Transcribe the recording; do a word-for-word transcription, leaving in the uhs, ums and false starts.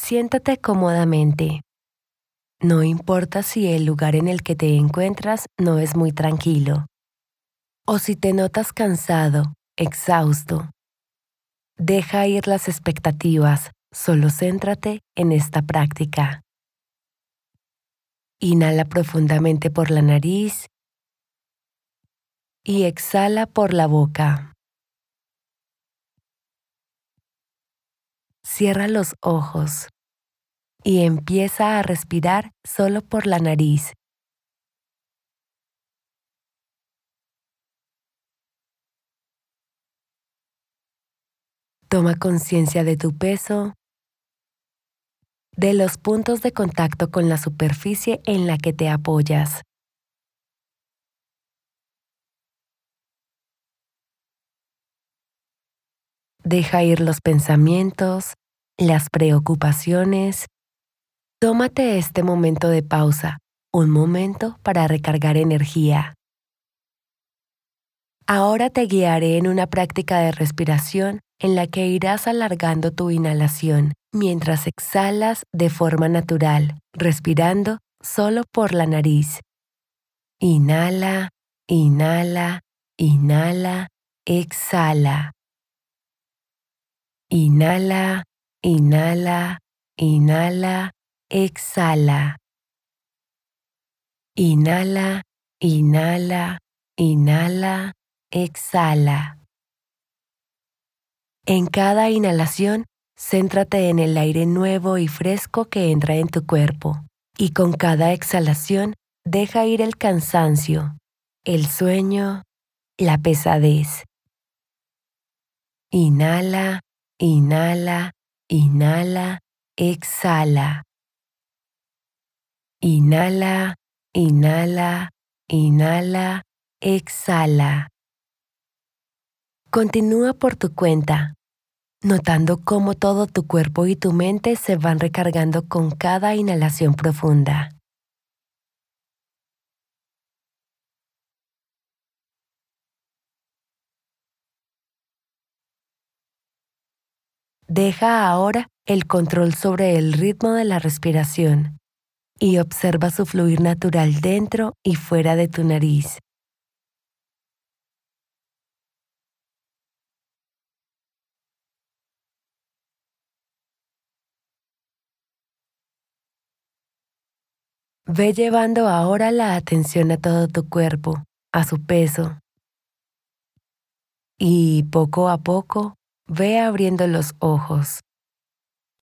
Siéntate cómodamente. No importa si el lugar en el que te encuentras no es muy tranquilo, o si te notas cansado, exhausto. Deja ir las expectativas, solo céntrate en esta práctica. Inhala profundamente por la nariz y exhala por la boca. Cierra los ojos y empieza a respirar solo por la nariz. Toma conciencia de tu peso, de los puntos de contacto con la superficie en la que te apoyas. Deja ir los pensamientos, las preocupaciones. Tómate este momento de pausa, un momento para recargar energía. Ahora te guiaré en una práctica de respiración en la que irás alargando tu inhalación mientras exhalas de forma natural, respirando solo por la nariz. Inhala, inhala, inhala, exhala. Inhala, inhala, inhala, exhala. Inhala, inhala, inhala, exhala. En cada inhalación, céntrate en el aire nuevo y fresco que entra en tu cuerpo. Y con cada exhalación, deja ir el cansancio, el sueño, la pesadez. Inhala, inhala, inhala, exhala. Inhala, inhala, inhala, exhala. Continúa por tu cuenta, notando cómo todo tu cuerpo y tu mente se van recargando con cada inhalación profunda. Deja ahora el control sobre el ritmo de la respiración y observa su fluir natural dentro y fuera de tu nariz. Ve llevando ahora la atención a todo tu cuerpo, a su peso. Y poco a poco, ve abriendo los ojos.